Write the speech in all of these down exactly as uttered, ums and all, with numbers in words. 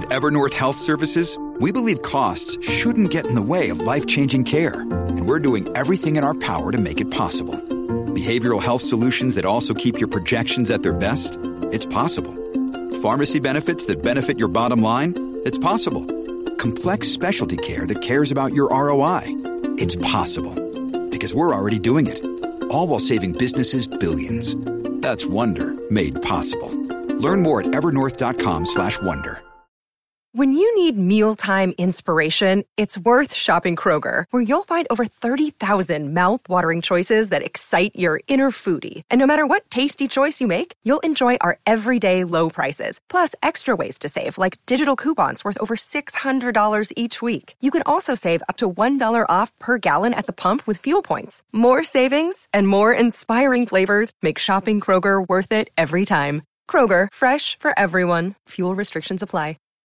Evernorth Health Services, we believe costs shouldn't get in the way of life-changing care, and we're doing everything in our power to make it possible. Behavioral health solutions that also keep your projections at their best? It's possible. Pharmacy benefits that benefit your bottom line? It's possible. Complex specialty care that cares about your R O I? It's possible. Because we're already doing it. All while saving businesses billions. That's Wonder made possible. Learn more at evernorth.com slash wonder. When you need mealtime inspiration, it's worth shopping Kroger, where you'll find over thirty thousand mouth-watering choices that excite your inner foodie. And no matter what tasty choice you make, you'll enjoy our everyday low prices, plus extra ways to save, like digital coupons worth over six hundred dollars each week. You can also save up to one dollar off per gallon at the pump with fuel points. More savings and more inspiring flavors make shopping Kroger worth it every time. Kroger, fresh for everyone. Fuel restrictions apply.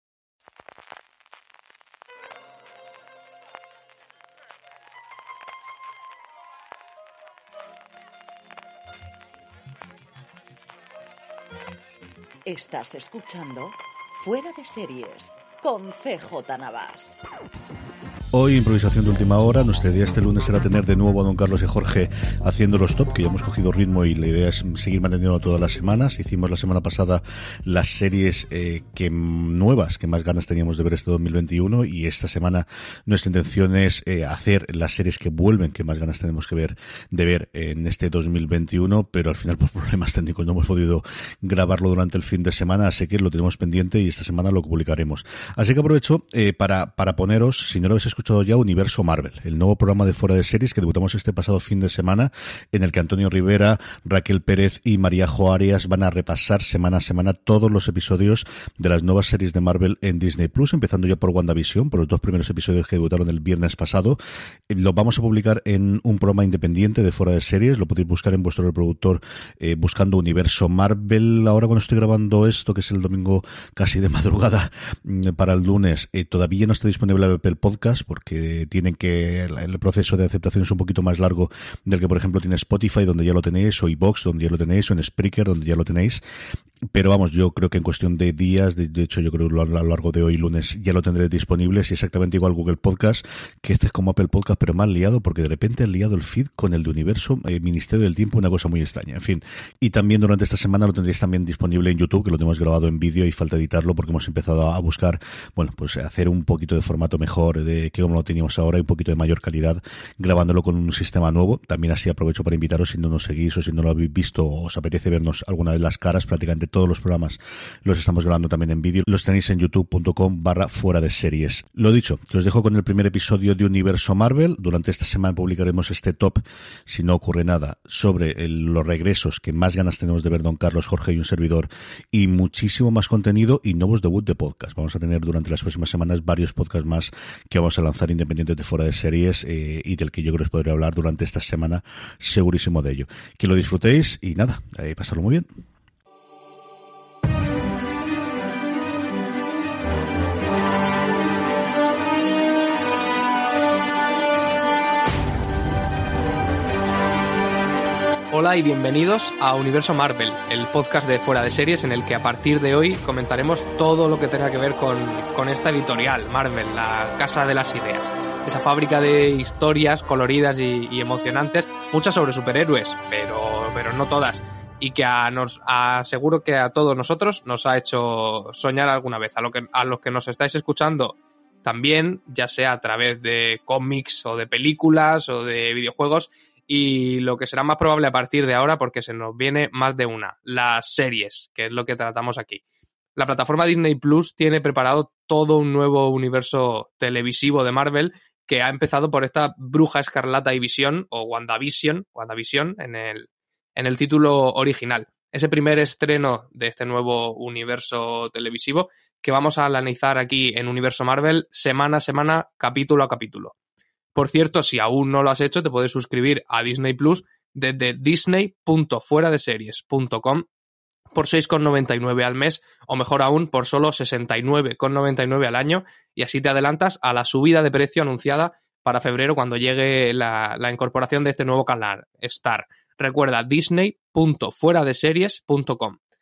Estás escuchando Fuera de Series con C J Navas. Hoy, improvisación de última hora. Nuestra idea este lunes será tener de nuevo a don Carlos y Jorge haciendo los top, que ya hemos cogido ritmo y la idea es seguir manteniendo todas las semanas. Hicimos la semana pasada las series eh, que nuevas, que más ganas teníamos de ver este dos mil veintiuno, y esta semana nuestra intención es eh, hacer las series que vuelven, que más ganas tenemos que ver de ver en este dos mil veintiuno, pero al final por problemas técnicos no hemos podido grabarlo durante el fin de semana, así que lo tenemos pendiente y esta semana lo publicaremos. Así que aprovecho eh, para, para poneros, si no lo habéis escuchado ya, Universo Marvel, el nuevo programa de Fuera de Series que debutamos este pasado fin de semana, en el que Antonio Rivera, Raquel Pérez y María Jo Arias van a repasar semana a semana todos los episodios de las nuevas series de Marvel en Disney Plus, empezando ya por WandaVision, por los dos primeros episodios que debutaron el viernes pasado. Lo vamos a publicar en un programa independiente de Fuera de Series, lo podéis buscar en vuestro reproductor eh, buscando Universo Marvel. Ahora, cuando estoy grabando esto, que es el domingo casi de madrugada para el lunes, eh, todavía no está disponible el Apple Podcast, porque tienen que el proceso de aceptación es un poquito más largo del que, por ejemplo, tiene Spotify, donde ya lo tenéis, o iVoox, donde ya lo tenéis, o en Spreaker, donde ya lo tenéis. Pero vamos, yo creo que en cuestión de días, de, de hecho yo creo que a lo largo de hoy, lunes, ya lo tendré disponible. Es exactamente igual Google Podcast, que este es como Apple Podcast, pero más liado, porque de repente han liado el feed con el de Universo, eh, Ministerio del Tiempo, una cosa muy extraña. En fin, y también durante esta semana lo tendréis también disponible en YouTube, que lo tenemos grabado en vídeo y falta editarlo, porque hemos empezado a buscar, bueno, pues hacer un poquito de formato mejor, de que como lo teníamos ahora, y un poquito de mayor calidad, grabándolo con un sistema nuevo. También así aprovecho para invitaros, si no nos seguís o si no lo habéis visto o os apetece vernos alguna de las caras, prácticamente todos los programas los estamos grabando también en vídeo. Los tenéis en youtube.com barra fuera de series. Lo dicho, que os dejo con el primer episodio de Universo Marvel. Durante esta semana publicaremos este top, si no ocurre nada, sobre el, los regresos que más ganas tenemos de ver don Carlos, Jorge y un servidor, y muchísimo más contenido y nuevos debut de podcast. Vamos a tener durante las próximas semanas varios podcasts más que vamos a lanzar independientes de Fuera de Series, eh, y del que yo creo que os podré hablar durante esta semana, segurísimo de ello. Que lo disfrutéis y nada, eh, pasarlo muy bien. Hola y bienvenidos a Universo Marvel, el podcast de Fuera de Series en el que a partir de hoy comentaremos todo lo que tenga que ver con, con esta editorial, Marvel, la casa de las ideas. Esa fábrica de historias coloridas y, y emocionantes, muchas sobre superhéroes, pero, pero no todas. Y que a nos aseguro que a todos nosotros nos ha hecho soñar alguna vez. A, lo que, a los que nos estáis escuchando también, ya sea a través de cómics o de películas o de videojuegos, y lo que será más probable a partir de ahora, porque se nos viene más de una, las series, que es lo que tratamos aquí. La plataforma Disney Plus tiene preparado todo un nuevo universo televisivo de Marvel que ha empezado por esta Bruja Escarlata y Visión, o WandaVision, WandaVision en el, en el título original. Ese primer estreno de este nuevo universo televisivo que vamos a analizar aquí en Universo Marvel semana a semana, capítulo a capítulo. Por cierto, si aún no lo has hecho, te puedes suscribir a Disney Plus desde disney punto fuera de series punto com por seis con noventa y nueve al mes, o mejor aún, por solo sesenta y nueve con noventa y nueve al año, y así te adelantas a la subida de precio anunciada para febrero, cuando llegue la, la incorporación de este nuevo canal, Star. Recuerda, disney punto fuera de series punto com.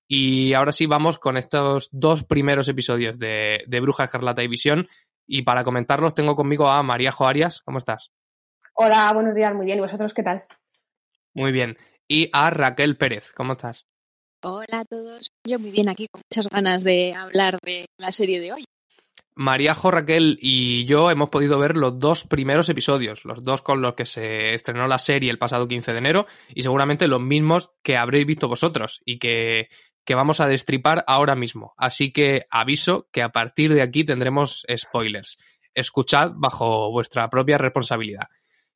Y ahora sí vamos con estos dos primeros episodios de, de Bruja Escarlata y Visión. Y para comentarlos tengo conmigo a Maríajo Arias. ¿Cómo estás? Hola, buenos días, muy bien. ¿Y vosotros qué tal? Muy bien. Y a Raquel Pérez. ¿Cómo estás? Hola a todos. Yo muy bien, aquí con muchas ganas de hablar de la serie de hoy. Maríajo, Raquel y yo hemos podido ver los dos primeros episodios, los dos con los que se estrenó la serie el pasado quince de enero y seguramente los mismos que habréis visto vosotros y que, que vamos a destripar ahora mismo. Así que aviso que a partir de aquí tendremos spoilers. Escuchad bajo vuestra propia responsabilidad.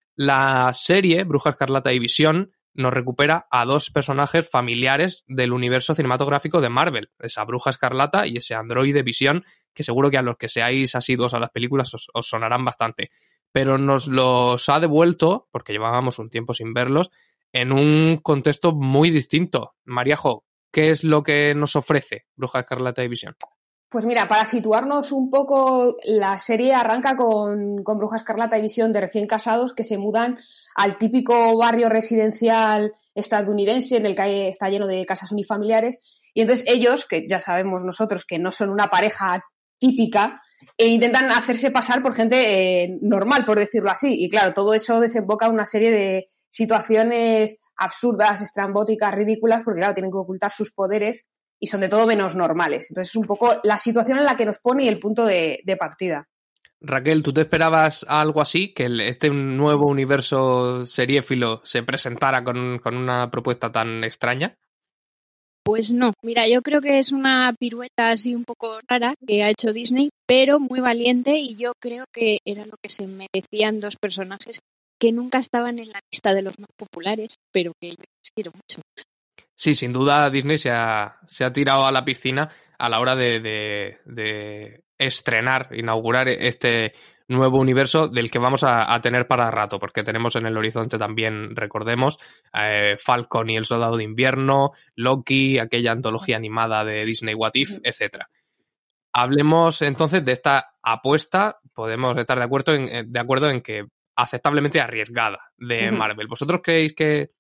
La serie Bruja Escarlata y Visión nos recupera a dos personajes familiares del universo cinematográfico de Marvel, esa Bruja Escarlata y ese androide Visión, que seguro que a los que seáis asiduos a las películas os, os sonarán bastante. Pero nos los ha devuelto, porque llevábamos un tiempo sin verlos, en un contexto muy distinto. Maríajo, ¿qué es lo que nos ofrece Bruja Escarlata y Visión? Pues mira, para situarnos un poco, la serie arranca con, con Bruja Escarlata y Visión de recién casados que se mudan al típico barrio residencial estadounidense en el que está lleno de casas unifamiliares, y entonces ellos, que ya sabemos nosotros que no son una pareja típica, e intentan hacerse pasar por gente eh, normal, por decirlo así, y claro, todo eso desemboca en una serie de situaciones absurdas, estrambóticas, ridículas, porque claro, tienen que ocultar sus poderes y son de todo menos normales. Entonces es un poco la situación en la que nos pone y el punto de, de partida. Raquel, ¿tú te esperabas algo así? ¿Que el, este nuevo universo seriéfilo se presentara con, con una propuesta tan extraña? Pues no. Mira, yo creo que es una pirueta así un poco rara que ha hecho Disney, pero muy valiente, y yo creo que era lo que se merecían dos personajes que nunca estaban en la lista de los más populares, pero que yo les quiero mucho. Sí, sin duda Disney se ha, se ha tirado a la piscina a la hora de, de, de estrenar, inaugurar este nuevo universo del que vamos a, a tener para rato, porque tenemos en el horizonte también, recordemos, eh, Falcon y el Soldado de Invierno, Loki, aquella antología animada de Disney What If, etcétera. Hablemos entonces de esta apuesta, podemos estar de acuerdo en, de acuerdo en que aceptablemente arriesgada de Marvel. ¿Vosotros creéis que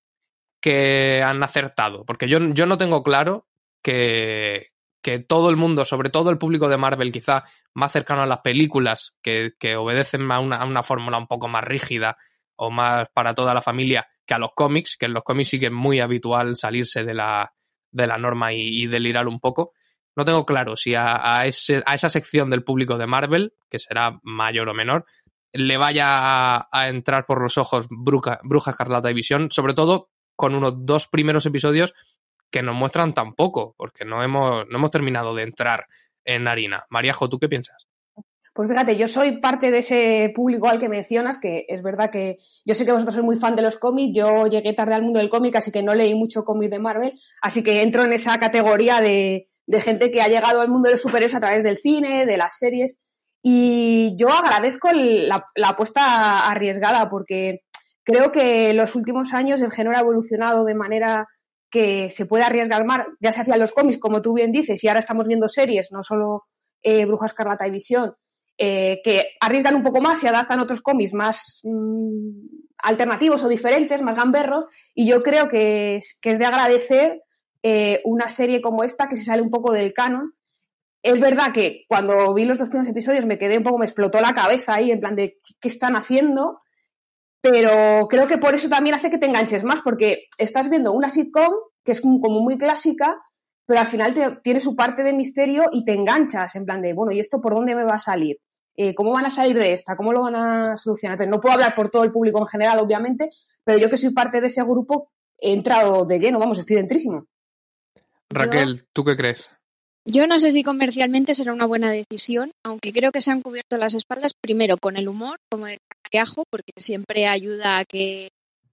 que han acertado? Porque yo, yo no tengo claro que, que todo el mundo, sobre todo el público de Marvel, quizá más cercano a las películas, que, que obedecen a una, a una fórmula un poco más rígida o más para toda la familia que a los cómics, que en los cómics sí que es muy habitual salirse de la, de la norma y, y delirar un poco. No tengo claro si a, a, ese, a esa sección del público de Marvel, que será mayor o menor, le vaya a, a entrar por los ojos Bruja, Bruja Escarlata y Visión, sobre todo con unos dos primeros episodios que nos muestran tan poco, porque no hemos, no hemos terminado de entrar en harina. Maríajo, ¿tú qué piensas? Pues fíjate, yo soy parte de ese público al que mencionas, que es verdad que yo sé que vosotros sois muy fan de los cómics, yo llegué tarde al mundo del cómic, así que no leí mucho cómic de Marvel, así que entro en esa categoría de, de gente que ha llegado al mundo de los superhéroes a través del cine, de las series, y yo agradezco la, la apuesta arriesgada, porque creo que en los últimos años el género ha evolucionado de manera que se puede arriesgar más. Ya se hacían los cómics, como tú bien dices, y ahora estamos viendo series, no solo eh, Bruja Escarlata y Visión, eh, que arriesgan un poco más y adaptan otros cómics más mmm, alternativos o diferentes, más gamberros, y yo creo que es, que es de agradecer eh, una serie como esta que se sale un poco del canon. Es verdad que cuando vi los dos primeros episodios me quedé un poco, me explotó la cabeza ahí, en plan de ¿qué están haciendo? Pero creo que por eso también hace que te enganches más, porque estás viendo una sitcom que es como muy clásica, pero al final te, tiene su parte de misterio y te enganchas, en plan de, bueno, ¿y esto por dónde me va a salir? Eh, ¿Cómo van a salir de esta? ¿Cómo lo van a solucionar? Entonces, no puedo hablar por todo el público en general, obviamente, pero yo que soy parte de ese grupo he entrado de lleno, vamos, estoy dentrísimo. Raquel, ¿tú qué crees? Yo no sé si comercialmente será una buena decisión, aunque creo que se han cubierto las espaldas primero con el humor, como de Maríajo, porque siempre ayuda a que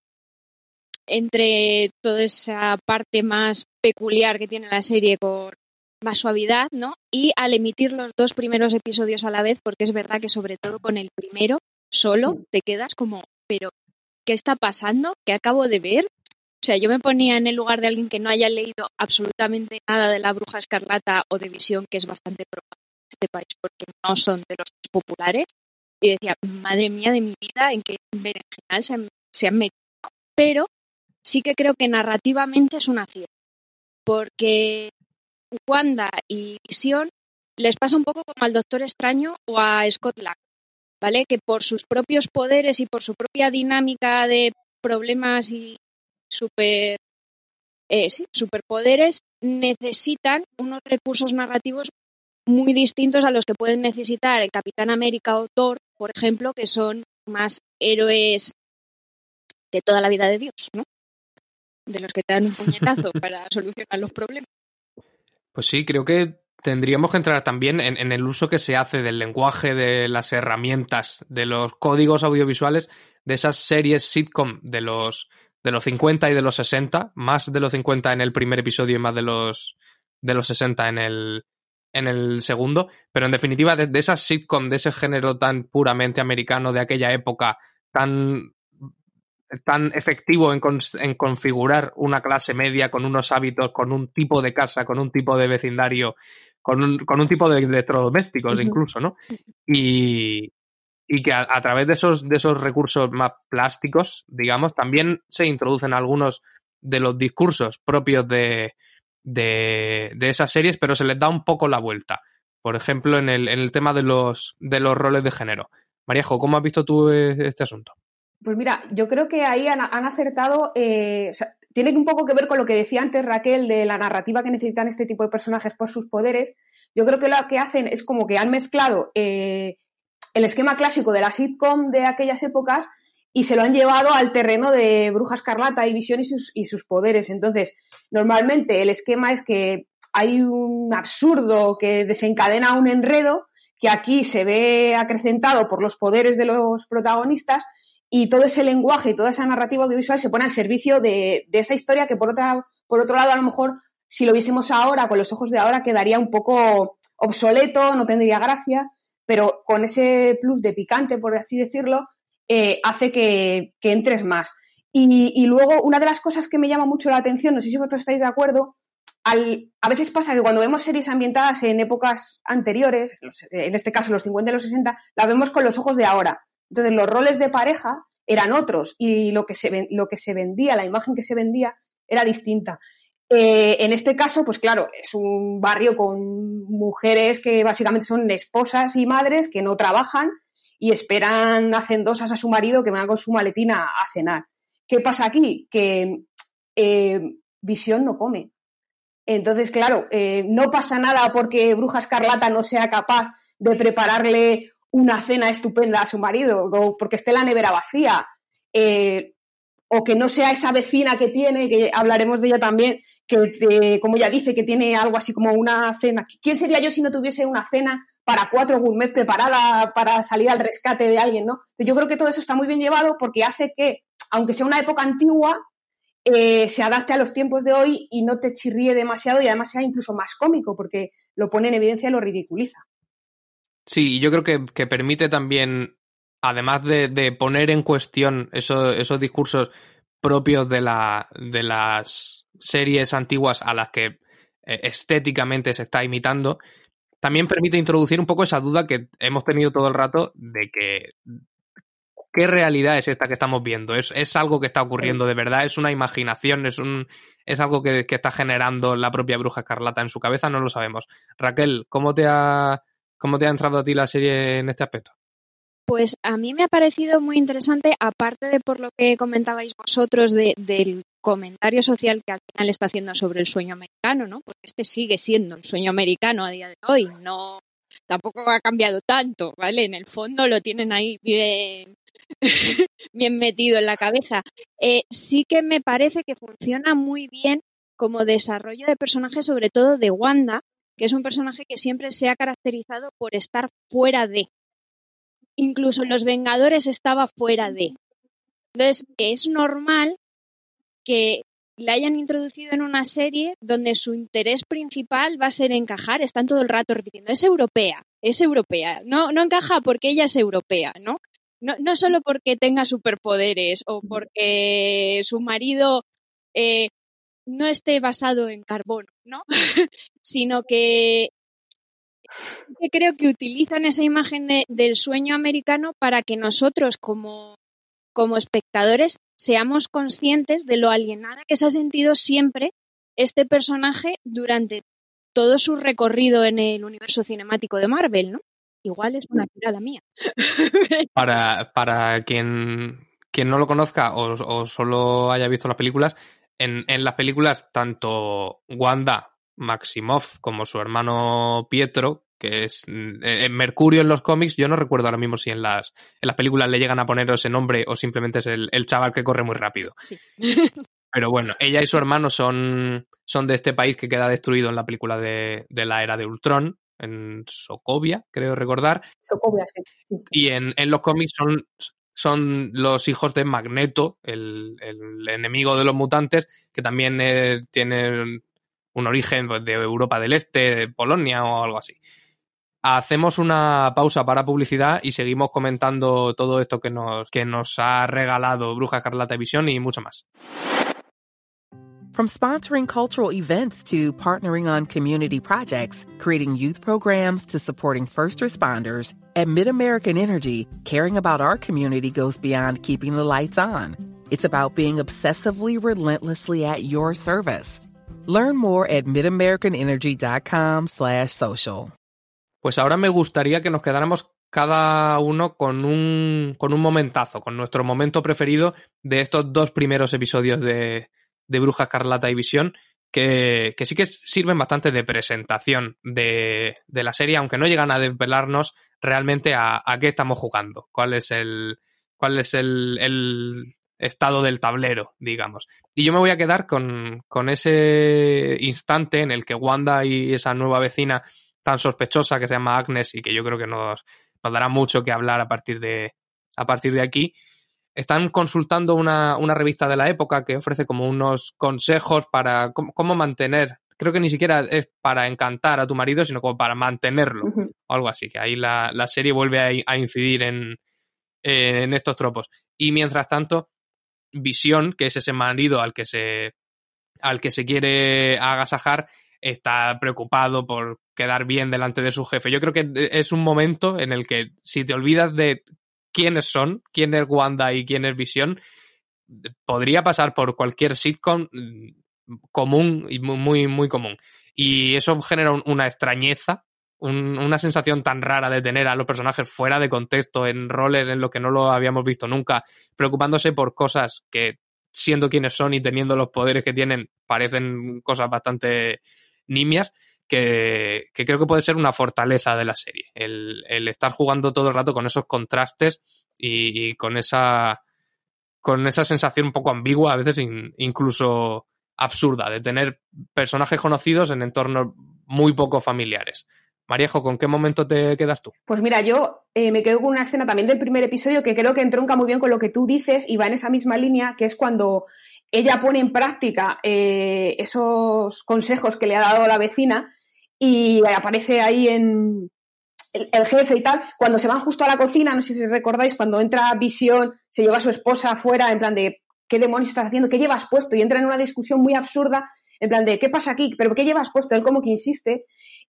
entre toda esa parte más peculiar que tiene la serie con más suavidad, ¿no? Y al emitir los dos primeros episodios a la vez, porque es verdad que sobre todo con el primero solo te quedas como, pero ¿qué está pasando? ¿Qué acabo de ver? O sea, yo me ponía en el lugar de alguien que no haya leído absolutamente nada de la Bruja Escarlata o de Visión, que es bastante probable en este país porque no son de los más populares, y decía, madre mía de mi vida, en qué berenjenal se han, se han metido. Pero sí que creo que narrativamente es un acierto, porque Wanda y Visión les pasa un poco como al Doctor Extraño o a Scott Lang, ¿vale? Que por sus propios poderes y por su propia dinámica de problemas y super, eh, sí, superpoderes necesitan unos recursos narrativos muy distintos a los que pueden necesitar el Capitán América o Thor, por ejemplo, que son más héroes de toda la vida de Dios, ¿no? De los que te dan un puñetazo para solucionar los problemas. Pues sí, creo que tendríamos que entrar también en, en el uso que se hace del lenguaje, de las herramientas, de los códigos audiovisuales, de esas series sitcom de los, de los cincuenta y de los sesenta, más de los cincuenta en el primer episodio y más de los, de los sesenta en el, en el segundo, pero en definitiva de, de esas sitcom, de ese género tan puramente americano de aquella época, tan, tan efectivo en, con, en configurar una clase media con unos hábitos, con un tipo de casa, con un tipo de vecindario, con un, con un tipo de electrodomésticos, uh-huh, incluso, ¿no? Y, y que a, a través de esos, de esos recursos más plásticos, digamos, también se introducen algunos de los discursos propios de, de, de esas series, pero se les da un poco la vuelta. Por ejemplo, en el, en el tema de los, de los roles de género. Maríajo, ¿cómo has visto tú este asunto? Pues mira, yo creo que ahí han, han acertado, eh, o sea, tiene un poco que ver con lo que decía antes Raquel de la narrativa que necesitan este tipo de personajes por sus poderes. Yo creo que lo que hacen es como que han mezclado eh, el esquema clásico de la sitcom de aquellas épocas y se lo han llevado al terreno de Bruja Escarlata y Visión y sus, y sus poderes. Entonces, normalmente el esquema es que hay un absurdo que desencadena un enredo que aquí se ve acrecentado por los poderes de los protagonistas, y todo ese lenguaje y toda esa narrativa audiovisual se pone al servicio de, de esa historia que por, otra, por otro lado a lo mejor si lo viésemos ahora con los ojos de ahora quedaría un poco obsoleto, no tendría gracia, pero con ese plus de picante, por así decirlo, eh, hace que, que entres más. Y, y luego una de las cosas que me llama mucho la atención, no sé si vosotros estáis de acuerdo, al, a veces pasa que cuando vemos series ambientadas en épocas anteriores, en este caso los cincuenta y los sesenta, la vemos con los ojos de ahora. Entonces los roles de pareja eran otros y lo que se, lo que se vendía, la imagen que se vendía era distinta. Eh, en este caso, pues claro, es un barrio con mujeres que básicamente son esposas y madres que no trabajan y esperan hacendosas a su marido que venga con su maletina a cenar. ¿Qué pasa aquí? Que eh, Visión no come. Entonces, claro, eh, no pasa nada porque Bruja Escarlata no sea capaz de prepararle una cena estupenda a su marido, o porque esté la nevera vacía, eh, o que no sea esa vecina que tiene, que hablaremos de ella también, que eh, como ella dice, que tiene algo así como una cena. ¿Quién sería yo si no tuviese una cena para cuatro gourmet preparada para salir al rescate de alguien, ¿no? Entonces, yo creo que todo eso está muy bien llevado porque hace que, aunque sea una época antigua, eh, se adapte a los tiempos de hoy y no te chirríe demasiado y además sea incluso más cómico porque lo pone en evidencia y lo ridiculiza. Sí, yo creo que, que permite también, además de, de poner en cuestión esos, esos discursos propios de, la, de las series antiguas a las que eh, estéticamente se está imitando, también permite introducir un poco esa duda que hemos tenido todo el rato de que ¿qué realidad es esta que estamos viendo? ¿Es, es algo que está ocurriendo de verdad? ¿Es una imaginación? ¿Es, un, es algo que, que está generando la propia Bruja Escarlata en su cabeza? No lo sabemos. Raquel, ¿cómo te ha... ¿Cómo te ha entrado a ti la serie en este aspecto? Pues a mí me ha parecido muy interesante, aparte de por lo que comentabais vosotros de, del comentario social que al final está haciendo sobre el sueño americano, ¿no? Porque este sigue siendo el sueño americano a día de hoy, no, tampoco ha cambiado tanto, ¿vale? En el fondo lo tienen ahí bien, bien metido en la cabeza. Eh, sí que me parece que funciona muy bien como desarrollo de personaje, sobre todo de Wanda, que es un personaje que siempre se ha caracterizado por estar fuera de. Incluso en Los Vengadores estaba fuera de. Entonces, es normal que la hayan introducido en una serie donde su interés principal va a ser encajar. Están todo el rato repitiendo, es europea, es europea. No, no encaja porque ella es europea, ¿no? No, no solo porque tenga superpoderes o porque su marido... Eh, no esté basado en carbono, ¿no? Sino que, que creo que utilizan esa imagen de, del sueño americano para que nosotros como, como espectadores seamos conscientes de lo alienada que se ha sentido siempre este personaje durante todo su recorrido en el universo cinemático de Marvel, ¿no? Igual es una tirada mía. Para, para quien, quien no lo conozca o, o solo haya visto las películas, en, en las películas tanto Wanda Maximoff como su hermano Pietro, que es eh, Mercurio en los cómics, yo no recuerdo ahora mismo si en las, en las películas le llegan a poner ese nombre o simplemente es el, el chaval que corre muy rápido. Sí. Pero bueno, ella y su hermano son, son de este país que queda destruido en la película de, de la era de Ultron, en Sokovia, creo recordar. Sokovia, sí. sí. Y en, en los cómics son, son los hijos de Magneto, el, el enemigo de los mutantes, que también eh, tiene un origen de Europa del Este, de Polonia o algo así. Hacemos una pausa para publicidad y seguimos comentando todo esto que nos, que nos ha regalado Bruja Escarlata y Visión y mucho más. From sponsoring cultural events to partnering on community projects, creating youth programs to supporting first responders, at MidAmerican Energy, caring about our community goes beyond keeping the lights on. It's about being obsessively relentlessly at your service. Learn more at midamericanenergy.com slash social. Pues ahora me gustaría que nos quedáramos cada uno con un, con un momentazo, con nuestro momento preferido de estos dos primeros episodios de... de Bruja Escarlata y Visión, que, que sí que sirven bastante de presentación de, de la serie, aunque no llegan a desvelarnos realmente a, a qué estamos jugando, cuál es el cuál es el, el estado del tablero, digamos. Y yo me voy a quedar con, con ese instante en el que Wanda y esa nueva vecina tan sospechosa que se llama Agnes y que yo creo que nos, nos dará mucho que hablar a partir de, a partir de aquí, están consultando una, una revista de la época que ofrece como unos consejos para cómo, cómo mantener, creo que ni siquiera es para encantar a tu marido, sino como para mantenerlo, uh-huh. o algo así, que ahí la, la serie vuelve a, a incidir en, en estos tropos. Y mientras tanto, Visión, que es ese marido al que se, al que se quiere agasajar, está preocupado por quedar bien delante de su jefe. Yo creo que es un momento en el que si te olvidas de quiénes son, quién es Wanda y quién es Visión, podría pasar por cualquier sitcom común y muy, muy común. Y eso genera un, una extrañeza, un, una sensación tan rara de tener a los personajes fuera de contexto, en roles en los que no lo habíamos visto nunca, preocupándose por cosas que, siendo quienes son y teniendo los poderes que tienen, parecen cosas bastante nimias, Que, que creo que puede ser una fortaleza de la serie, el, el estar jugando todo el rato con esos contrastes y, y con esa con esa sensación un poco ambigua, a veces in, incluso absurda, de tener personajes conocidos en entornos muy poco familiares. Mariejo, ¿con qué momento te quedas tú? Pues mira, yo eh, me quedo con una escena también del primer episodio que creo que entronca muy bien con lo que tú dices y va en esa misma línea, que es cuando ella pone en práctica eh, esos consejos que le ha dado la vecina y aparece ahí en el, el jefe y tal, cuando se van justo a la cocina, no sé si recordáis, cuando entra Visión, se lleva a su esposa afuera, en plan de ¿qué demonios estás haciendo? ¿Qué llevas puesto? Y entra en una discusión muy absurda, en plan de ¿qué pasa aquí? ¿Pero qué llevas puesto? Él como que insiste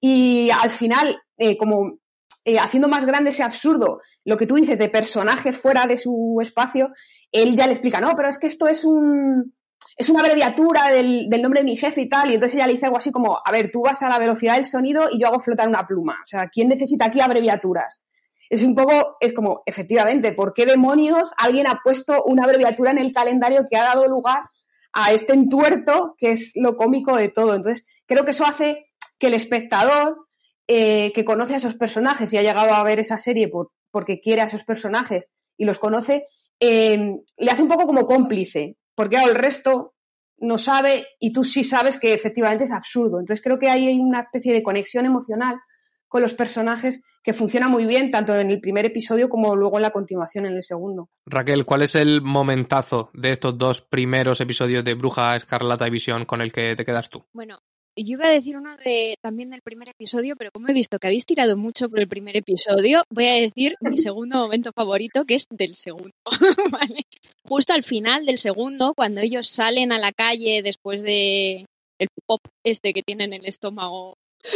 y al final, eh, como eh, haciendo más grande ese absurdo, lo que tú dices de personaje fuera de su espacio, él ya le explica, no, pero es que esto es un... es una abreviatura del, del nombre de mi jefe y tal, y entonces ella le dice algo así como, a ver, tú vas a la velocidad del sonido y yo hago flotar una pluma. O sea, ¿quién necesita aquí abreviaturas? Es un poco, es como, efectivamente, ¿por qué demonios alguien ha puesto una abreviatura en el calendario que ha dado lugar a este entuerto que es lo cómico de todo? Entonces, creo que eso hace que el espectador eh, que conoce a esos personajes y ha llegado a ver esa serie por, porque quiere a esos personajes y los conoce, eh, le hace un poco como cómplice. Porque el resto no sabe y tú sí sabes que efectivamente es absurdo. Entonces creo que ahí hay una especie de conexión emocional con los personajes que funciona muy bien tanto en el primer episodio como luego en la continuación en el segundo. Raquel, ¿cuál es el momentazo de estos dos primeros episodios de Bruja Escarlata y Visión con el que te quedas tú? Bueno, yo iba a decir uno de, también del primer episodio, pero como he visto que habéis tirado mucho por el primer episodio, voy a decir mi segundo momento favorito, que es del segundo. ¿Vale? Justo al final del segundo, cuando ellos salen a la calle después de el pop este que tienen en el estómago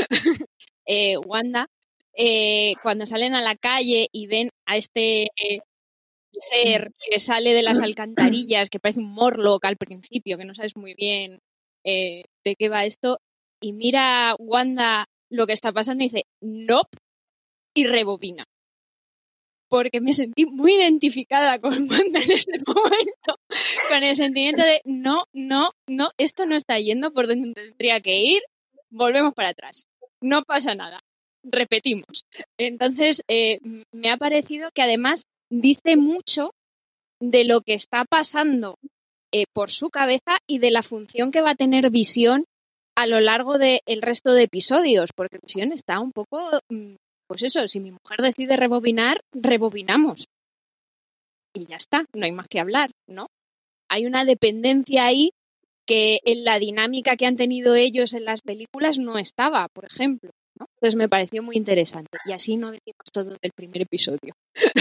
eh, Wanda, eh, cuando salen a la calle y ven a este eh, ser que sale de las alcantarillas, que parece un Morlock al principio, que no sabes muy bien eh, de qué va esto, y mira Wanda lo que está pasando y dice, nope, y rebobina. Porque me sentí muy identificada con Wanda en este momento, con el sentimiento de no, no, no, esto no está yendo por donde tendría que ir, volvemos para atrás, no pasa nada, repetimos. Entonces, eh, me ha parecido que además dice mucho de lo que está pasando eh, por su cabeza y de la función que va a tener Visión a lo largo del resto de episodios, porque Visión está un poco... Pues eso, si mi mujer decide rebobinar, rebobinamos. Y ya está, no hay más que hablar, ¿no? Hay una dependencia ahí que en la dinámica que han tenido ellos en las películas no estaba, por ejemplo, ¿no? Entonces me pareció muy interesante. Y así no decimos todo del primer episodio.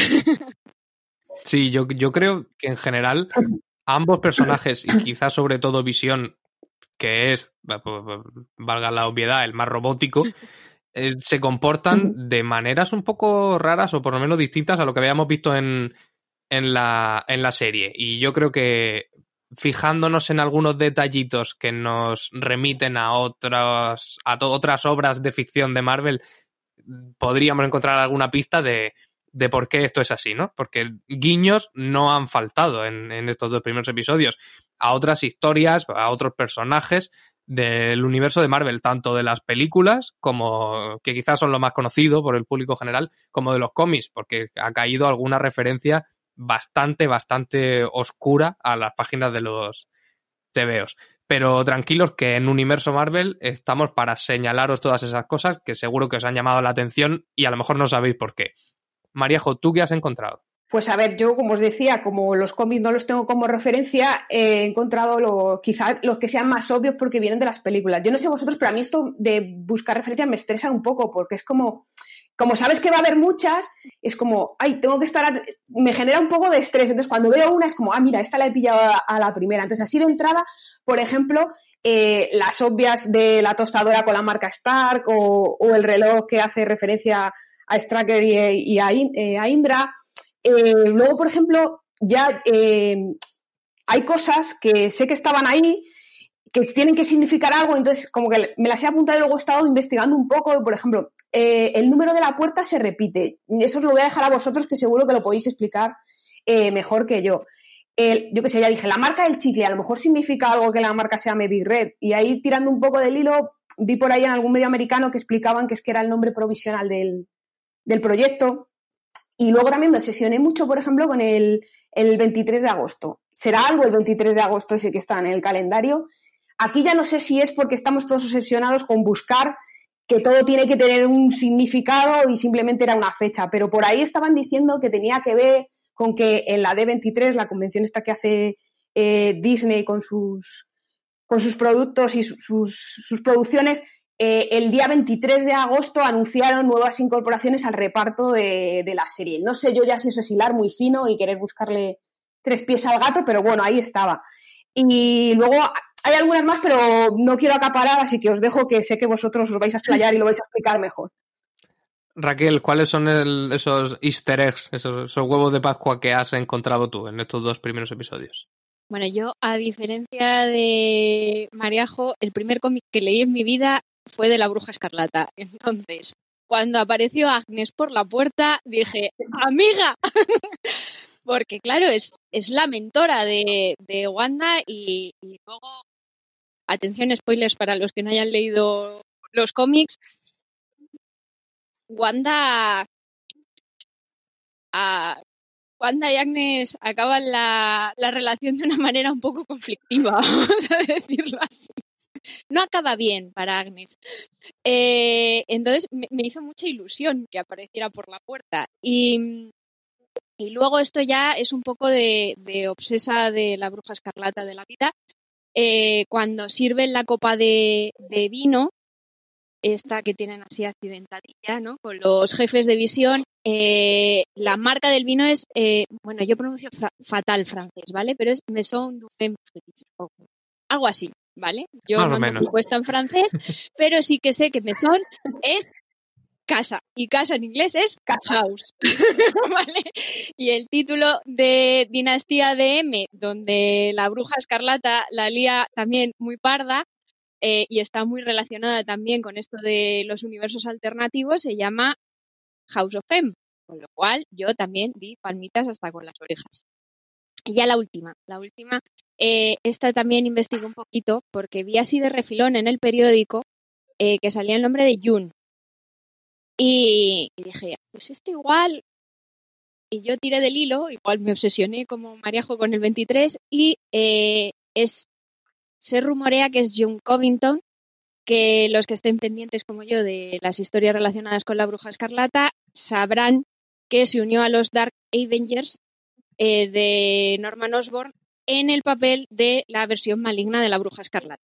Sí, yo, yo creo que en general ambos personajes, y quizás sobre todo Visión, que es, valga la obviedad, el más robótico, Eh, se comportan de maneras un poco raras o por lo menos distintas a lo que habíamos visto en, en, la, en la serie. Y yo creo que fijándonos en algunos detallitos que nos remiten a otras, a to- otras obras de ficción de Marvel, podríamos encontrar alguna pista de, de por qué esto es así, ¿no? Porque guiños no han faltado en, en estos dos primeros episodios a otras historias, a otros personajes del universo de Marvel, tanto de las películas, como que quizás son lo más conocido por el público general, como de los cómics, porque ha caído alguna referencia bastante, bastante oscura a las páginas de los tebeos. Pero tranquilos que en Universo Marvel estamos para señalaros todas esas cosas que seguro que os han llamado la atención y a lo mejor no sabéis por qué. Maríajo, ¿tú qué has encontrado? Pues a ver, yo como os decía, como los cómics no los tengo como referencia, he encontrado lo, quizás los que sean más obvios porque vienen de las películas. Yo no sé vosotros, pero a mí esto de buscar referencias me estresa un poco porque es como, como sabes que va a haber muchas, es como, ay, tengo que estar, a... me genera un poco de estrés. Entonces cuando veo una es como, ah, mira, esta la he pillado a, a la primera. Entonces así de entrada, por ejemplo, eh, las obvias de la tostadora con la marca Stark o, o el reloj que hace referencia a Stracker y, y a, eh, a Indra. Eh, luego, por ejemplo, ya eh, hay cosas que sé que estaban ahí, que tienen que significar algo, entonces como que me las he apuntado y luego he estado investigando un poco. Por ejemplo, eh, el número de la puerta se repite. Eso os lo voy a dejar a vosotros, que seguro que lo podéis explicar eh, mejor que yo. El, yo qué sé, ya dije, la marca del chicle, a lo mejor significa algo que la marca se llame Big Red. Y ahí, tirando un poco del hilo, vi por ahí en algún medio americano que explicaban que es que era el nombre provisional del, del proyecto. Y luego también me obsesioné mucho, por ejemplo, con el, el veintitrés de agosto. Será algo el veintitrés de agosto ese que está en el calendario. Aquí ya no sé si es porque estamos todos obsesionados con buscar que todo tiene que tener un significado y simplemente era una fecha. Pero por ahí estaban diciendo que tenía que ver con que en la D veintitrés, la convención esta que hace eh, Disney con sus, con sus productos y su, sus, sus producciones, Eh, el día veintitrés de agosto anunciaron nuevas incorporaciones al reparto de, de la serie. No sé yo ya si eso es hilar muy fino y querer buscarle tres pies al gato, pero bueno, ahí estaba. Y luego hay algunas más, pero no quiero acaparar, así que os dejo, que sé que vosotros os vais a explayar y lo vais a explicar mejor. Raquel, ¿cuáles son el, esos easter eggs, esos, esos huevos de Pascua que has encontrado tú en estos dos primeros episodios? Bueno, yo, a diferencia de Maríajo, el primer cómic que leí en mi vida fue de la Bruja Escarlata. Entonces, cuando apareció Agnes por la puerta, dije, ¡amiga! Porque, claro, es, es la mentora de, de Wanda y, y luego, atención, spoilers para los que no hayan leído los cómics, Wanda... A, Wanda y Agnes acaban la, la relación de una manera un poco conflictiva, vamos a decirlo así. No acaba bien para Agnes. Eh, entonces me, me hizo mucha ilusión que apareciera por la puerta. Y, y luego esto ya es un poco de, de obsesa de la Bruja Escarlata de la vida. Eh, cuando sirven la copa de, de vino, esta que tienen así accidentadilla, ¿no? Con los jefes de Visión, eh, la marca del vino es, eh, bueno, yo pronuncio fra- fatal francés, ¿vale? Pero es Maison du Vin Fritz, o algo así, ¿vale? Yo Más no o menos. me cuesta en francés, pero sí que sé que Maison es casa, y casa en inglés es house, ¿vale? Y el título de Dinastía de M, donde la Bruja Escarlata la lía también muy parda, eh, y está muy relacionada también con esto de los universos alternativos, se llama House of M, con lo cual yo también di palmitas hasta con las orejas. Y ya la última, la última, eh, esta también investigué un poquito porque vi así de refilón en el periódico eh, que salía el nombre de June. Y, y dije, pues esto igual, y yo tiré del hilo, igual me obsesioné como Mariajo con el veintitrés, y eh, es, se rumorea que es June Covington, que los que estén pendientes como yo de las historias relacionadas con la Bruja Escarlata sabrán que se unió a los Dark Avengers eh, de Norman Osborn en el papel de la versión maligna de la Bruja Escarlata.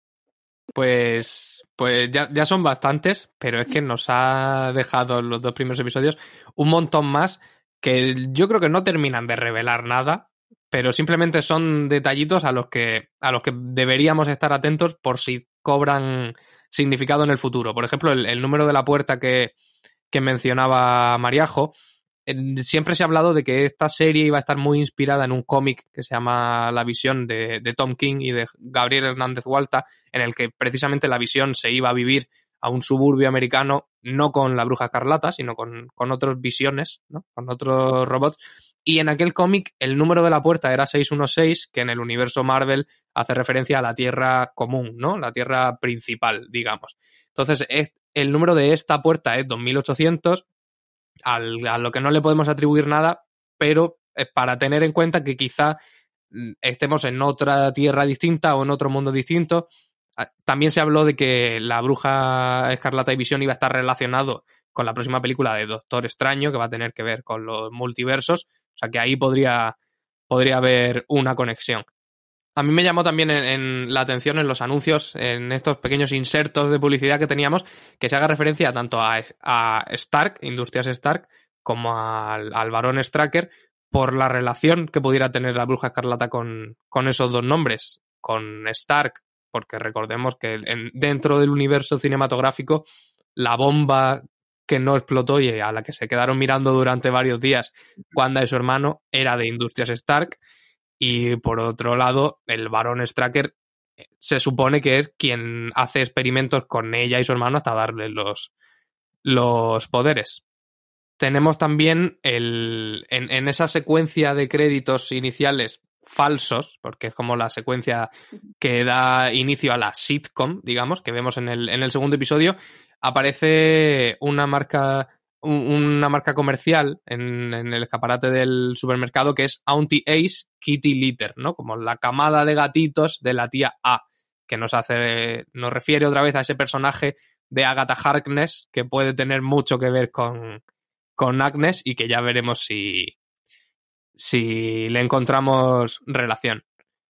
Pues, pues ya, ya son bastantes, pero es que nos ha dejado los dos primeros episodios un montón más que yo creo que no terminan de revelar nada, pero simplemente son detallitos a los que, a los que deberíamos estar atentos por si cobran significado en el futuro. Por ejemplo, el, el número de la puerta que, que mencionaba Mariajo, siempre se ha hablado de que esta serie iba a estar muy inspirada en un cómic que se llama La Visión de, de Tom King y de Gabriel Hernández Walta, en el que precisamente la Visión se iba a vivir a un suburbio americano, no con la Bruja Escarlata, sino con, con otros visiones, ¿no? Con otros robots. Y en aquel cómic el número de la puerta era seis uno seis, que en el universo Marvel hace referencia a la Tierra común, ¿no? La Tierra principal, digamos. Entonces, es, el número de esta puerta es dos mil ochocientos, Al, a lo que no le podemos atribuir nada, pero es para tener en cuenta que quizá estemos en otra tierra distinta o en otro mundo distinto. También se habló de que la Bruja Escarlata y Visión iba a estar relacionado con la próxima película de Doctor Extraño, que va a tener que ver con los multiversos, o sea que ahí podría, podría haber una conexión. A mí me llamó también en, en la atención en los anuncios, en estos pequeños insertos de publicidad que teníamos, que se haga referencia tanto a, a Stark, Industrias Stark, como al, al Barón Strucker, por la relación que pudiera tener la Bruja Escarlata con, con esos dos nombres, con Stark, porque recordemos que en, dentro del universo cinematográfico, la bomba que no explotó y a la que se quedaron mirando durante varios días Wanda y su hermano era de Industrias Stark. Y por otro lado, el Barón Strucker se supone que es quien hace experimentos con ella y su hermano hasta darle los, los poderes. Tenemos también el, en, en esa secuencia de créditos iniciales falsos, porque es como la secuencia que da inicio a la sitcom, digamos, que vemos en el, en el segundo episodio, aparece una marca... una marca comercial en, en el escaparate del supermercado que es Auntie Ace Kitty Litter, ¿no? Como la camada de gatitos de la tía A, que nos hace, nos refiere otra vez a ese personaje de Agatha Harkness que puede tener mucho que ver con, con Agnes y que ya veremos si, si le encontramos relación.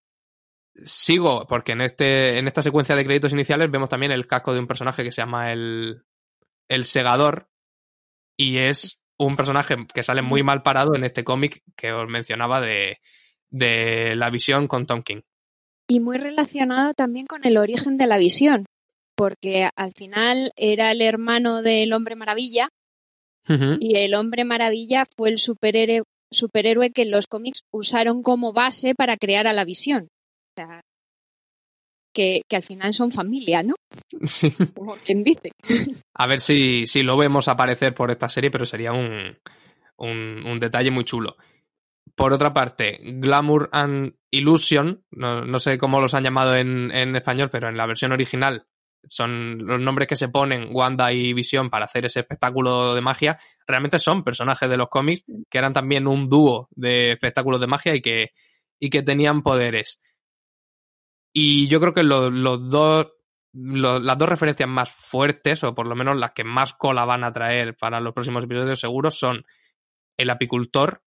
Sigo, porque en, este, en esta secuencia de créditos iniciales vemos también el casco de un personaje que se llama el, el Segador, y es un personaje que sale muy mal parado en este cómic que os mencionaba de, de La Visión con Tom King. Y muy relacionado también con el origen de la Visión, porque al final era el hermano del Hombre Maravilla, uh-huh. Y el Hombre Maravilla fue el superhéroe, superhéroe que los cómics usaron como base para crear a la Visión. O sea, que, que al final son familia, ¿no? Sí. Como quien dice. A ver si, si lo vemos aparecer por esta serie, pero sería un, un, un detalle muy chulo. Por otra parte, Glamour and Illusion, no, no sé cómo los han llamado en, en español, pero en la versión original son los nombres que se ponen Wanda y Visión para hacer ese espectáculo de magia. Realmente son personajes de los cómics que eran también un dúo de espectáculos de magia y que, y que tenían poderes. Y yo creo que los, los dos, los, las dos referencias más fuertes, o por lo menos las que más cola van a traer para los próximos episodios seguros, son el apicultor,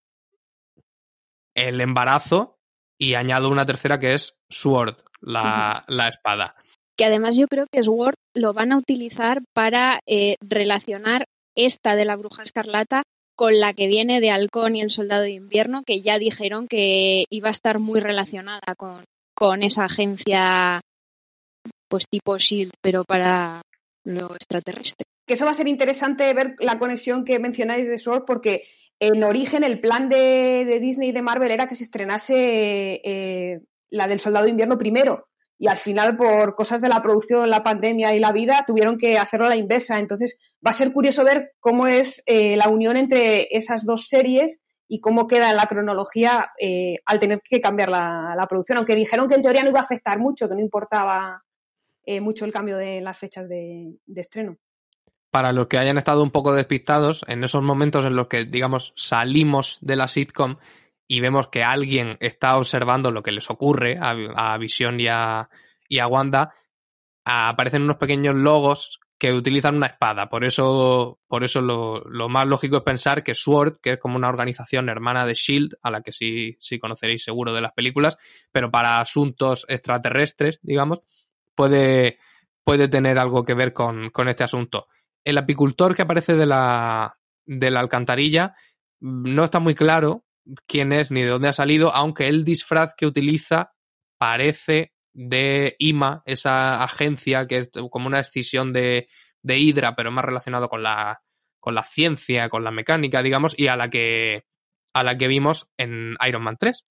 el embarazo y añado una tercera que es Sword, la, uh-huh. la espada. Que además yo creo que Sword lo van a utilizar para eh, relacionar esta de la Bruja Escarlata con la que viene de Halcón y el Soldado de Invierno, que ya dijeron que iba a estar muy relacionada con, con esa agencia pues tipo S H I E L D, pero para lo extraterrestre. Que eso va a ser interesante ver la conexión que mencionáis de Sword, porque en origen el plan de, de Disney y de Marvel era que se estrenase eh, la del Soldado de Invierno primero. y al final por cosas de la producción, la pandemia y la vida tuvieron que hacerlo a la inversa. Entonces va a ser curioso ver cómo es eh, la unión entre esas dos series y cómo queda en la cronología eh, al tener que cambiar la, la producción, aunque dijeron que en teoría no iba a afectar mucho, que no importaba eh, mucho el cambio de las fechas de, de estreno. Para los que hayan estado un poco despistados, en esos momentos en los que, digamos, salimos de la sitcom y vemos que alguien está observando lo que les ocurre a, a Vision y a, y a Wanda, aparecen unos pequeños logos que utilizan una espada. Por eso, por eso lo, lo más lógico es pensar que SWORD, que es como una organización hermana de S H I E L D, a la que sí, sí conoceréis seguro de las películas, pero para asuntos extraterrestres, digamos, puede, puede tener algo que ver con, con este asunto. El apicultor que aparece de la, de la alcantarilla no está muy claro quién es ni de dónde ha salido, aunque el disfraz que utiliza parece de I M A, esa agencia que es como una escisión de, de Hydra, pero más relacionado con la, con la ciencia, con la mecánica, digamos, y a la que, a la que vimos en Iron Man tres.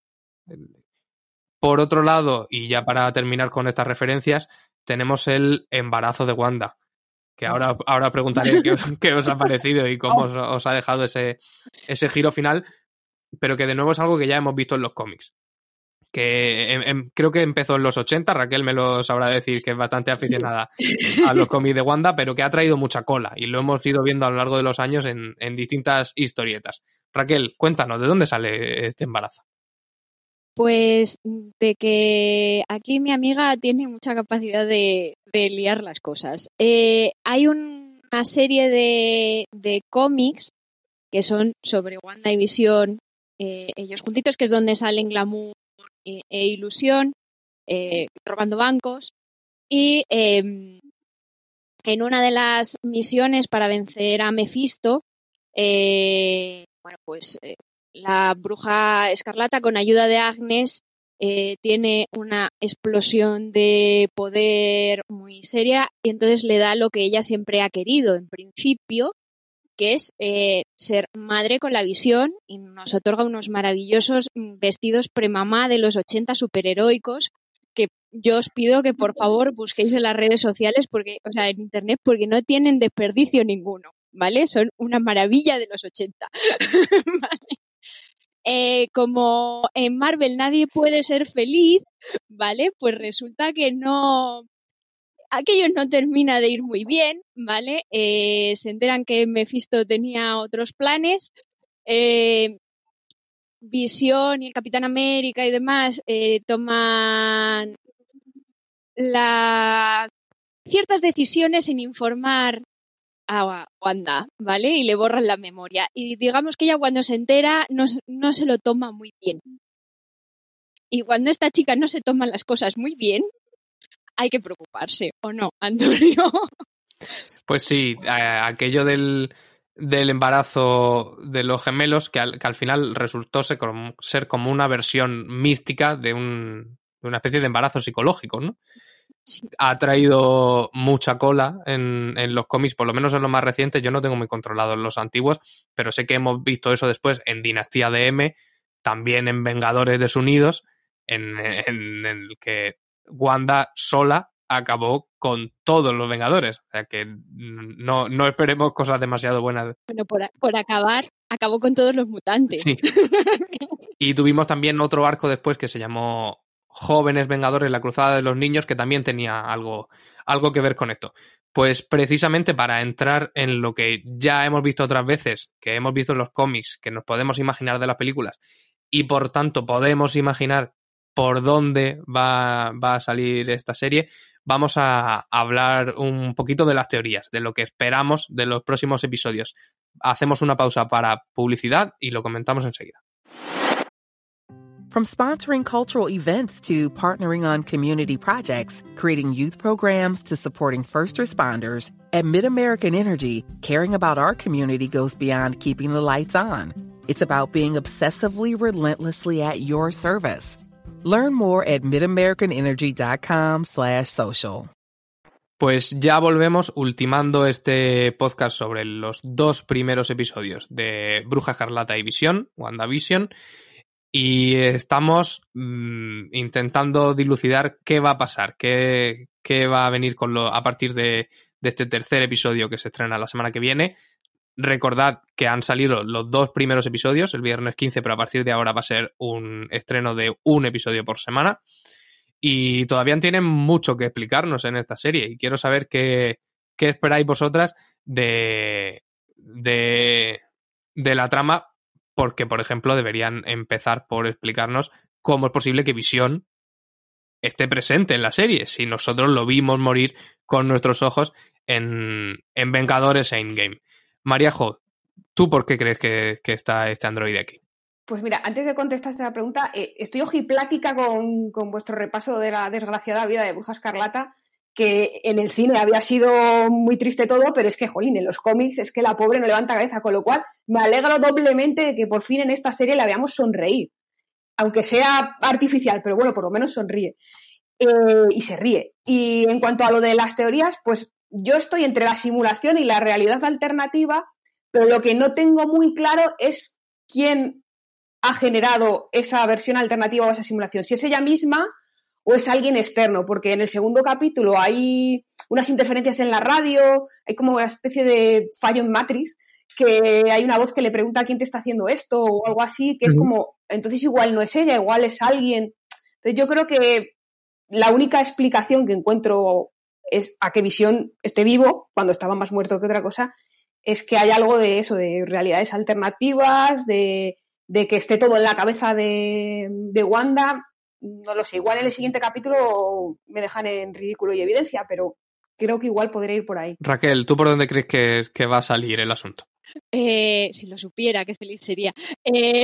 Por otro lado, y ya para terminar con estas referencias, tenemos el embarazo de Wanda, que ahora, ahora preguntaré qué, qué os ha parecido y cómo os, os ha dejado ese, ese giro final, pero que de nuevo es algo que ya hemos visto en los cómics. Que en, en, creo que empezó en los ochenta, Raquel me lo sabrá decir, que es bastante aficionada sí. a los cómics de Wanda, pero que ha traído mucha cola y lo hemos ido viendo a lo largo de los años en, en distintas historietas. Raquel, cuéntanos, ¿de dónde sale este embarazo? Pues de que aquí mi amiga tiene mucha capacidad de, de liar las cosas. Eh, hay un, una serie de, de cómics que son sobre Wanda y Vision, eh, ellos juntitos, que es donde salen Glamour e, e Ilusión, eh, robando bancos. Y eh, en una de las misiones para vencer a Mephisto, eh, bueno, pues... Eh, la bruja escarlata, con ayuda de Agnes, eh, tiene una explosión de poder muy seria y entonces le da lo que ella siempre ha querido en principio, que es eh, ser madre con la Visión, y nos otorga unos maravillosos vestidos premamá de los ochenta superheroicos que yo os pido que por favor busquéis en las redes sociales, porque, o sea, en internet, porque no tienen desperdicio ninguno, ¿vale? Son una maravilla de los ochenta. ¿Vale? Eh, como en Marvel nadie puede ser feliz, ¿vale? Pues resulta que no... Aquello no termina de ir muy bien, ¿vale? Eh, se enteran que Mephisto tenía otros planes. Eh, Visión y el Capitán América y demás eh, toman la... ciertas decisiones sin informar a Wanda, ¿vale? Y le borran la memoria. Y digamos que ella cuando se entera no, no se lo toma muy bien. Y cuando esta chica no se toma las cosas muy bien, hay que preocuparse, ¿o no, Antonio? Pues sí, eh, aquello del, del embarazo de los gemelos, que al, que al final resultó ser como, ser como una versión mística de, un, de una especie de embarazo psicológico, ¿no? Sí. Ha traído mucha cola en, en los cómics, por lo menos en los más recientes. Yo no tengo muy controlado en los antiguos, pero sé que hemos visto eso después en Dinastía de M, también en Vengadores Desunidos, en, en, en el que Wanda sola acabó con todos los Vengadores. O sea que no, no esperemos cosas demasiado buenas. Bueno, por, por acabar, acabó con todos los mutantes. Sí. Y tuvimos también otro arco después que se llamó Jóvenes Vengadores, la Cruzada de los Niños, que también tenía algo, algo que ver con esto. Pues precisamente para entrar en lo que ya hemos visto otras veces, que hemos visto en los cómics, que nos podemos imaginar de las películas, y por tanto podemos imaginar por dónde va, va a salir esta serie, vamos a hablar un poquito de las teorías, de lo que esperamos de los próximos episodios. Hacemos una pausa para publicidad y lo comentamos enseguida. From sponsoring cultural events to partnering on community projects, creating youth programs to supporting first responders, at MidAmerican Energy, caring about our community goes beyond keeping the lights on. It's about being obsessively relentlessly at your service. Learn more at midamericanenergy.com slash social. Pues ya volvemos ultimando este podcast sobre los dos primeros episodios de Bruja Escarlata y Visión, WandaVision. Y estamos mmm, intentando dilucidar qué va a pasar, qué, qué va a venir con lo, a partir de, de este tercer episodio que se estrena la semana que viene. Recordad que han salido los dos primeros episodios el viernes quince, pero a partir de ahora va a ser un estreno de un episodio por semana. Y todavía tienen mucho que explicarnos en esta serie. Y quiero saber qué, qué esperáis vosotras de, de, de la trama. Porque, por ejemplo, deberían empezar por explicarnos cómo es posible que Visión esté presente en la serie, si nosotros lo vimos morir con nuestros ojos en, en Vengadores Endgame. Maríajo, ¿tú por qué crees que, que está este androide aquí? Pues mira, antes de contestar esta pregunta, eh, estoy ojiplática con, con vuestro repaso de la desgraciada vida de Bruja Escarlata, que en el cine había sido muy triste todo, pero es que, jolín, en los cómics es que la pobre no levanta cabeza, con lo cual me alegro doblemente de que por fin en esta serie la veamos sonreír, aunque sea artificial, pero bueno, por lo menos sonríe eh, y se ríe. Y en cuanto a lo de las teorías, pues yo estoy entre la simulación y la realidad alternativa, pero lo que no tengo muy claro es quién ha generado esa versión alternativa o esa simulación, si es ella misma o es alguien externo, porque en el segundo capítulo hay unas interferencias en la radio, hay como una especie de fallo en Matrix, que hay una voz que le pregunta quién te está haciendo esto o algo así, que uh-huh. es como, entonces igual no es ella, igual es alguien. Entonces yo creo que la única explicación que encuentro es a que Visión esté vivo, cuando estaba más muerto que otra cosa, es que hay algo de eso, de realidades alternativas, de, de que esté todo en la cabeza de, de Wanda. No lo sé, igual en el siguiente capítulo me dejan en ridículo y evidencia, pero creo que igual podría ir por ahí. Raquel, ¿tú por dónde crees que, que va a salir el asunto? Eh, si lo supiera, qué feliz sería. Eh...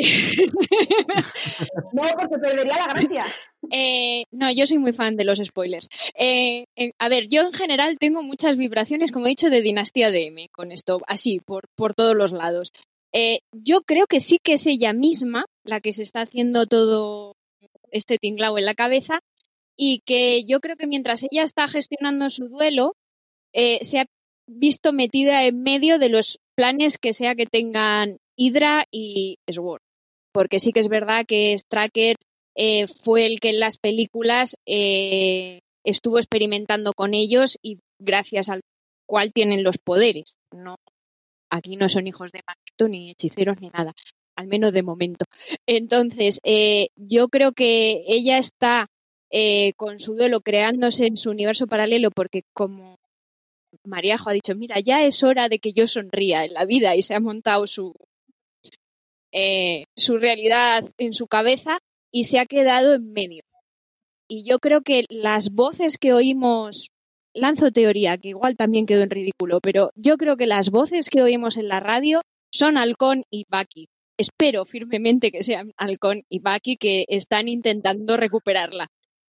no, porque perdería la gracia. Eh, no, yo soy muy fan de los spoilers. Eh, eh, a ver, yo en general tengo muchas vibraciones, como he dicho, de Dinastía D M con esto, así, por, por todos los lados. Eh, yo creo que sí que es ella misma la que se está haciendo todo este tinglao en la cabeza, y que yo creo que mientras ella está gestionando su duelo, eh, se ha visto metida en medio de los planes que sea que tengan Hydra y Sword. Porque sí que es verdad que Straker eh, fue el que en las películas eh, estuvo experimentando con ellos y gracias al cual tienen los poderes. No, aquí no son hijos de Magneto, ni hechiceros, ni nada. Al menos de momento. Entonces, eh, yo creo que ella está eh, con su duelo creándose en su universo paralelo, porque como Maríajo ha dicho, mira, ya es hora de que yo sonría en la vida, y se ha montado su, eh, su realidad en su cabeza y se ha quedado en medio. Y yo creo que las voces que oímos, lanzo teoría, que igual también quedó en ridículo, pero yo creo que las voces que oímos en la radio son Halcón y Bucky. Espero firmemente que sean Halcón y Bucky, que están intentando recuperarla.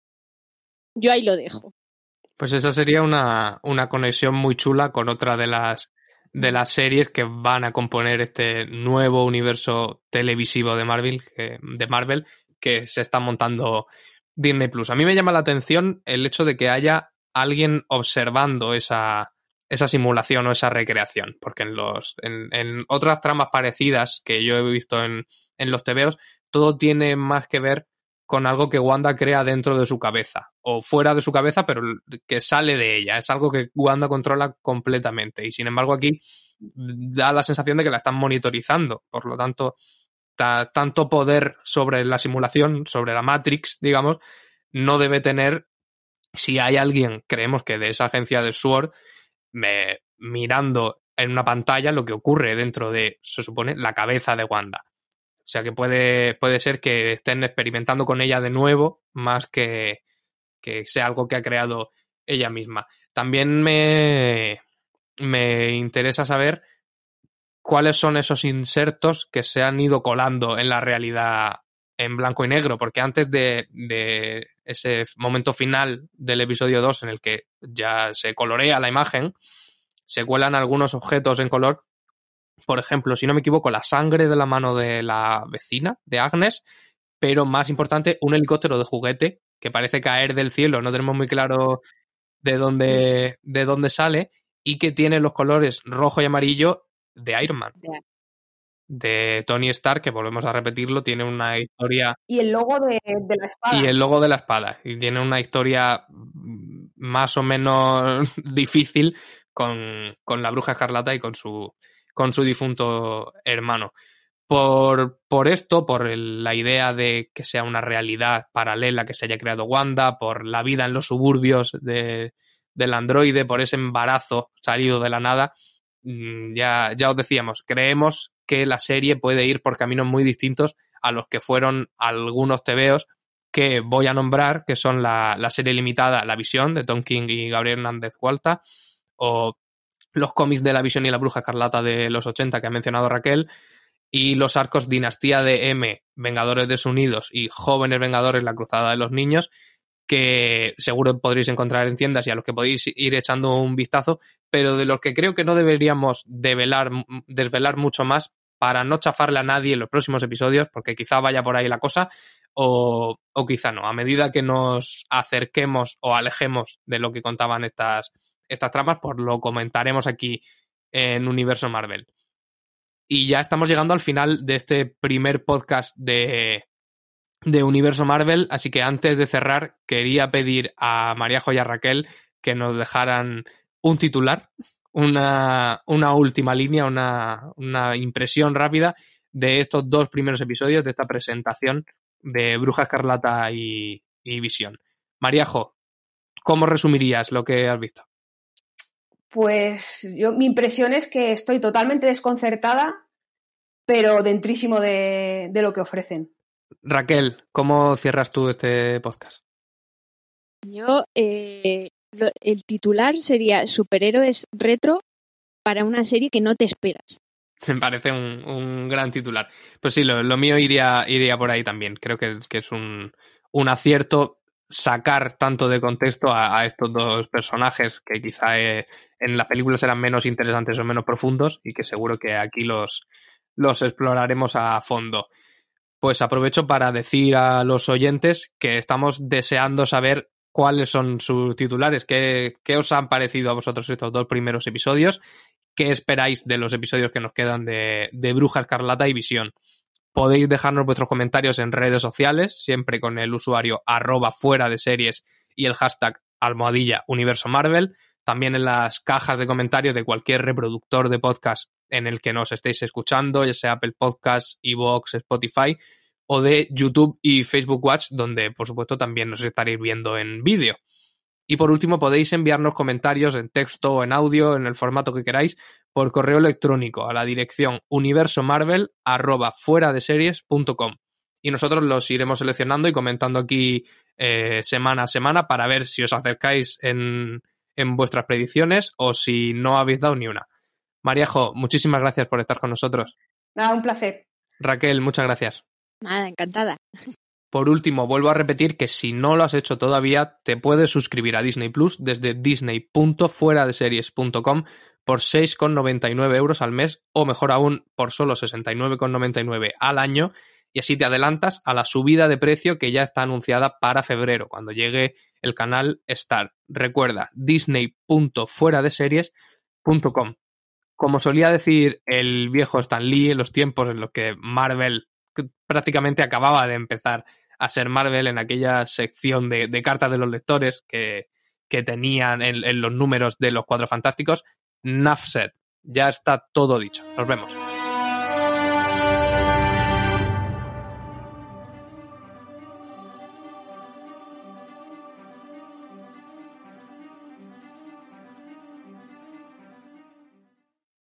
Yo ahí lo dejo. Pues esa sería una, una conexión muy chula con otra de las, de las series que van a componer este nuevo universo televisivo de Marvel, que, de Marvel, que se está montando Disney Plus. A mí me llama la atención el hecho de que haya alguien observando esa... esa simulación o esa recreación, porque en los en, en otras tramas parecidas que yo he visto en, en los tebeos, todo tiene más que ver con algo que Wanda crea dentro de su cabeza, o fuera de su cabeza, pero que sale de ella. Es algo que Wanda controla completamente, y sin embargo aquí da la sensación de que la están monitorizando, por lo tanto, ta, tanto poder sobre la simulación, sobre la Matrix, digamos, no debe tener, si hay alguien, creemos que de esa agencia de Sword, Me, mirando en una pantalla lo que ocurre dentro de, se supone, la cabeza de Wanda. O sea que puede, puede ser que estén experimentando con ella de nuevo, más que, que sea algo que ha creado ella misma. También me, me interesa saber cuáles son esos insertos que se han ido colando en la realidad en blanco y negro, porque antes de, de ese momento final del episodio dos en el que ya se colorea la imagen, se cuelan algunos objetos en color. Por ejemplo, si no me equivoco, la sangre de la mano de la vecina, de Agnes, pero más importante, un helicóptero de juguete que parece caer del cielo, no tenemos muy claro de dónde, de dónde sale, y que tiene los colores rojo y amarillo de Iron Man. de Tony Stark, que volvemos a repetirlo, tiene una historia... Y el logo de, de la espada. Y el logo de la espada. Y tiene una historia más o menos difícil con, con la Bruja Escarlata y con su, con su difunto hermano. Por, por esto, por el, la idea de que sea una realidad paralela que se haya creado Wanda, por la vida en los suburbios de, del androide, por ese embarazo salido de la nada, ya, ya os decíamos, creemos que la serie puede ir por caminos muy distintos a los que fueron algunos tebeos que voy a nombrar, que son la, la serie limitada La Visión, de Tom King y Gabriel Hernández Walta, o los cómics de La Visión y la Bruja Escarlata de los ochenta que ha mencionado Raquel, y los arcos Dinastía de M, Vengadores Desunidos y Jóvenes Vengadores, La Cruzada de los Niños, que seguro podréis encontrar en tiendas y a los que podéis ir echando un vistazo, pero de los que creo que no deberíamos develar, desvelar mucho más para no chafarle a nadie en los próximos episodios, porque quizá vaya por ahí la cosa, o, o quizá no. A medida que nos acerquemos o alejemos de lo que contaban estas, estas tramas, pues lo comentaremos aquí en Universo Marvel. Y ya estamos llegando al final de este primer podcast de, de Universo Marvel, así que antes de cerrar quería pedir a Maríajo y a Raquel que nos dejaran un titular, una, una última línea, una, una impresión rápida de estos dos primeros episodios de esta presentación de Bruja Escarlata y, y Visión. Maríajo, ¿cómo resumirías lo que has visto? Pues yo, mi impresión es que estoy totalmente desconcertada, pero dentrísimo de, de lo que ofrecen. Raquel, ¿cómo cierras tú este podcast? Yo, eh, lo, el titular sería Superhéroes retro para una serie que no te esperas. Me parece un, un gran titular. Pues sí, lo, lo mío iría, iría por ahí también. Creo que, que es un, un acierto sacar tanto de contexto a, a estos dos personajes que quizá eh, en las películas eran menos interesantes o menos profundos y que seguro que aquí los, los exploraremos a fondo. Pues aprovecho para decir a los oyentes que estamos deseando saber cuáles son sus titulares, qué, qué os han parecido a vosotros estos dos primeros episodios, qué esperáis de los episodios que nos quedan de, de Bruja Escarlata y Visión. Podéis dejarnos vuestros comentarios en redes sociales, siempre con el usuario arroba fuera de series y el hashtag almohadilla Universo Marvel. También en las cajas de comentarios de cualquier reproductor de podcast en el que nos estéis escuchando, ya sea Apple Podcasts, iVoox, Spotify, o de YouTube y Facebook Watch, donde por supuesto también nos estaréis viendo en vídeo. Y por último podéis enviarnos comentarios en texto o en audio, en el formato que queráis, por correo electrónico a la dirección universomarvel arroba fuera de series punto com. Y nosotros los iremos seleccionando y comentando aquí eh, semana a semana para ver si os acercáis en, en vuestras predicciones o si no habéis dado ni una. Maríajo, muchísimas gracias por estar con nosotros. Nada, un placer. Raquel, muchas gracias. Nada, encantada. Por último, vuelvo a repetir que si no lo has hecho todavía, te puedes suscribir a Disney Plus desde disney punto fuera de series punto com por seis con noventa y nueve euros al mes, o mejor aún, por solo sesenta y nueve con noventa y nueve al año, y así te adelantas a la subida de precio que ya está anunciada para febrero, cuando llegue el canal Star. Recuerda, disney punto fuera de series punto com. Como solía decir el viejo Stan Lee en los tiempos en los que Marvel prácticamente acababa de empezar a ser Marvel, en aquella sección de, de cartas de los lectores que, que tenían en, en los números de los Cuatro Fantásticos, Enough said. Ya está todo dicho. Nos vemos.